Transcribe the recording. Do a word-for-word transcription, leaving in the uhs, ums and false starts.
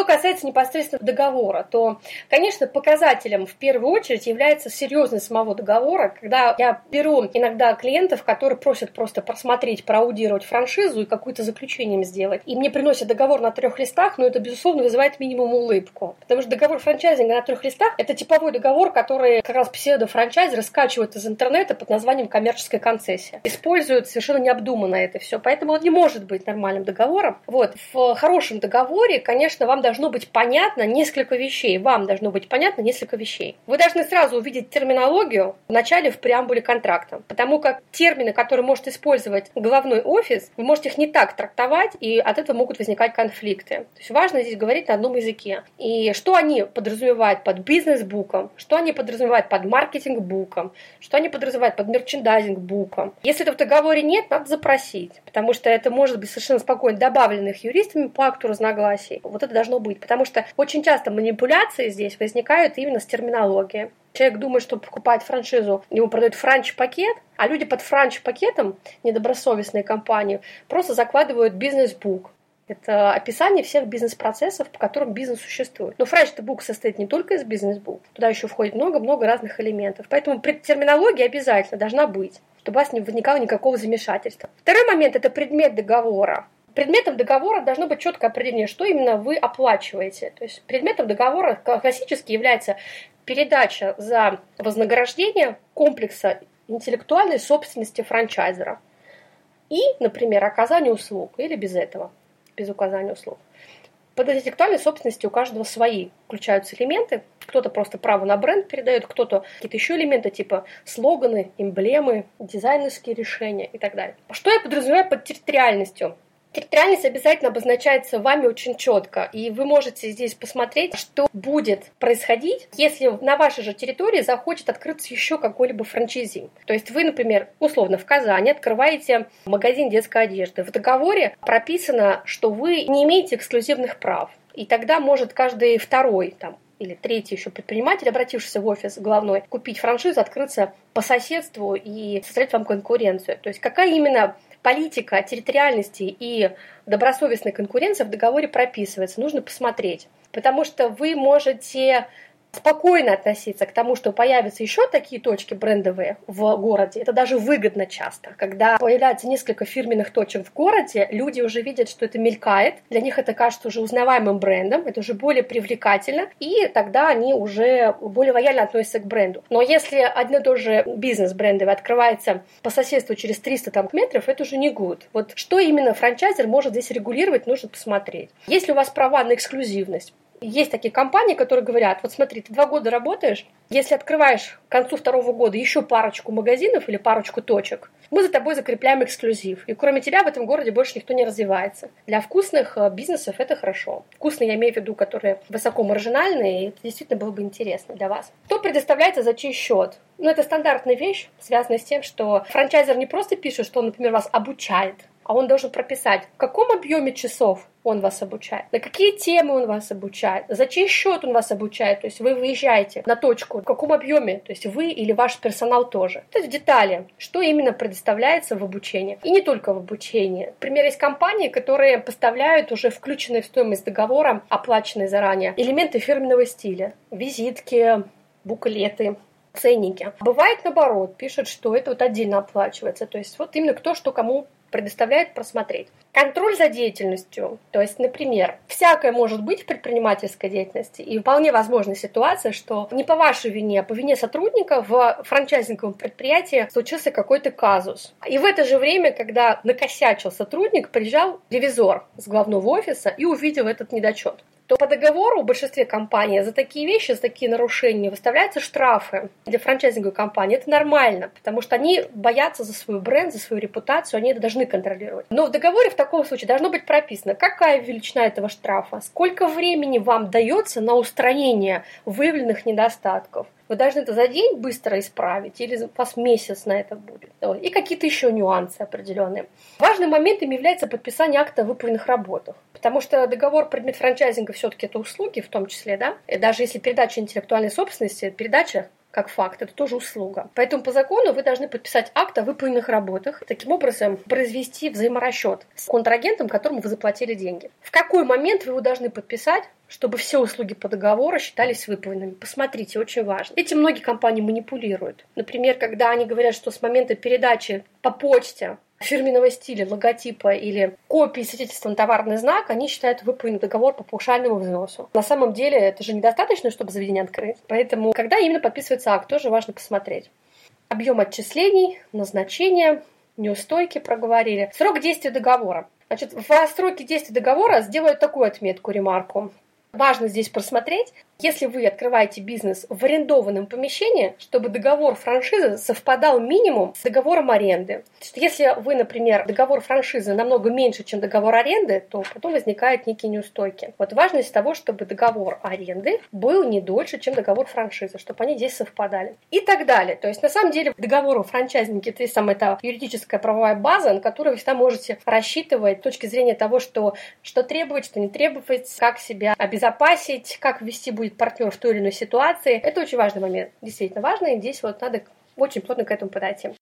касается непосредственно договора, то, конечно, показателем в первую очередь является серьезность самого договора. Когда я беру иногда клиентов, которые просят просто просмотреть, проаудировать франшизу и какое-то заключение сделать, и мне приносят договор на трех листах, но это, безусловно, вызывает минимум улыбку. Потому что договор франчайзинга на трех листах — это типовой договор, который как раз псевдофранчайзеры скачивают из интернета под названием коммерческая концессия. Используют совершенно необдуманно это все, поэтому он не может быть нормальным договором. Вот. В хорошем договоре, конечно, вам должно быть понятно несколько вещей. Вам должно быть понятно несколько вещей. Вы должны сразу увидеть терминологию в начале, в преамбуле контракта. Потому как термины, которые может использовать главной офис, вы можете их не так трактовать, и от этого могут возникать конфликты. То есть важно здесь говорить на одном языке. И что они подразумевают под бизнес-буком, что они подразумевают под маркетинг-буком, что они подразумевают под мерчендайзинг-буком. Если этого в договоре нет, надо запросить, потому что это может быть совершенно спокойно добавлено их юристами по акту разногласий. Вот это должно быть, потому что очень часто манипуляции здесь возникают именно с терминологией. Человек думает, что покупает франшизу, ему продают франч-пакет, а люди под франч-пакетом, недобросовестные компании, просто закладывают бизнес-бук. Это описание всех бизнес-процессов, по которым бизнес существует. Но франч-бук состоит не только из бизнес-бук, туда еще входит много-много разных элементов. Поэтому терминология обязательно должна быть, чтобы у вас не возникало никакого замешательства. Второй момент – это предмет договора. Предметом договора должно быть четкое определение, что именно вы оплачиваете. То есть предметом договора классически является передача за вознаграждение комплекса интеллектуальной собственности франчайзера и, например, оказание услуг, или без этого, без указания услуг. Под интеллектуальной собственностью у каждого свои включаются элементы. Кто-то просто право на бренд передает, кто-то какие-то еще элементы, типа слоганы, эмблемы, дизайнерские решения и так далее. Что я подразумеваю под территориальностью? Территориальность обязательно обозначается вами очень четко, и вы можете здесь посмотреть, что будет происходить, если на вашей же территории захочет открыться еще какой-либо франчайзи. То есть вы, например, условно в Казани открываете магазин детской одежды. В договоре прописано, что вы не имеете эксклюзивных прав, и тогда может каждый второй там, или третий еще предприниматель, обратившийся в офис главной, купить франшизу, открыться по соседству и составить вам конкуренцию. То есть какая именно политика территориальности и добросовестной конкуренции в договоре прописывается, нужно посмотреть. Потому что вы можете спокойно относиться к тому, что появятся еще такие точки брендовые в городе. Это даже выгодно часто. Когда появляется несколько фирменных точек в городе, люди уже видят, что это мелькает. Для них это кажется уже узнаваемым брендом, это уже более привлекательно, и тогда они уже более лояльно относятся к бренду. Но если один и тот же бизнес брендовый открывается по соседству через триста там, метров, это уже не good. Вот что именно франчайзер может здесь регулировать, нужно посмотреть. Есть ли у вас права на эксклюзивность? Есть такие компании, которые говорят, вот смотри, ты два года работаешь, если открываешь к концу второго года еще парочку магазинов или парочку точек, мы за тобой закрепляем эксклюзив. И кроме тебя в этом городе больше никто не развивается. Для вкусных бизнесов это хорошо. Вкусные я имею в виду, которые высокомаржинальные, и это действительно было бы интересно для вас. Что предоставляется за чей счет? Ну, это стандартная вещь, связанная с тем, что франчайзер не просто пишет, что он, например, вас обучает, а он должен прописать, в каком объеме часов он вас обучает, на какие темы он вас обучает, за чей счет он вас обучает, то есть вы выезжаете на точку, в каком объеме, то есть вы или ваш персонал тоже. То есть детали, что именно предоставляется в обучении. И не только в обучении. Например, есть компании, которые поставляют уже включенные в стоимость договора, оплаченные заранее, элементы фирменного стиля, визитки, буклеты, ценники. Бывает наоборот, пишут, что это вот отдельно оплачивается, то есть вот именно кто что кому предоставляет просмотреть. Контроль за деятельностью. То есть, например, всякое может быть в предпринимательской деятельности, и вполне возможна ситуация, что не по вашей вине, а по вине сотрудника в франчайзинговом предприятии случился какой-то казус. И в это же время, когда накосячил сотрудник, приезжал ревизор с главного офиса и увидел этот недочет. То по договору в большинстве компаний за такие вещи, за такие нарушения выставляются штрафы. Для франчайзинговой компании это нормально, потому что они боятся за свой бренд, за свою репутацию, они это должны контролировать. Но в договоре в таком случае должно быть прописано, какая величина этого штрафа, сколько времени вам дается на устранение выявленных недостатков. Вы должны это за день быстро исправить, или у вас месяц на это будет. И какие-то еще нюансы определенные. Важным моментом является подписание акта о выполненных работах. Потому что договор предмет франчайзинга все-таки это услуги в том числе, да? И даже если передача интеллектуальной собственности, передача как факт, это тоже услуга. Поэтому по закону вы должны подписать акт о выполненных работах, таким образом произвести взаиморасчет с контрагентом, которому вы заплатили деньги. В какой момент вы его должны подписать, чтобы все услуги по договору считались выполненными? Посмотрите, очень важно. Этим многие компании манипулируют. Например, когда они говорят, что с момента передачи по почте фирменного стиля, логотипа или копии свидетельства на товарный знак, они считают выполнен договор по паушальному взносу. На самом деле это же недостаточно, чтобы заведение открыть. Поэтому, когда именно подписывается акт, тоже важно посмотреть. Объем отчислений, назначение, неустойки проговорили. Срок действия договора. Значит, в сроке действия договора сделают такую отметку, ремарку. Важно здесь просмотреть, если вы открываете бизнес в арендованном помещении, чтобы договор франшизы совпадал минимум с договором аренды. То есть, если вы, например, договор франшизы намного меньше, чем договор аренды, то потом возникают некие неустойки. Вот важность того, чтобы договор аренды был не дольше, чем договор франшизы, чтобы они здесь совпадали. И так далее. То есть, на самом деле, договор франчайзинга — это самая та юридическая правовая база, на которую вы всегда можете рассчитывать с точки зрения того, что, что требовать, что не требовать, как себя обезопасить, как вести будет партнер в той или иной ситуации. Это очень важный момент, действительно важный, и здесь вот надо очень плотно к этому подойти.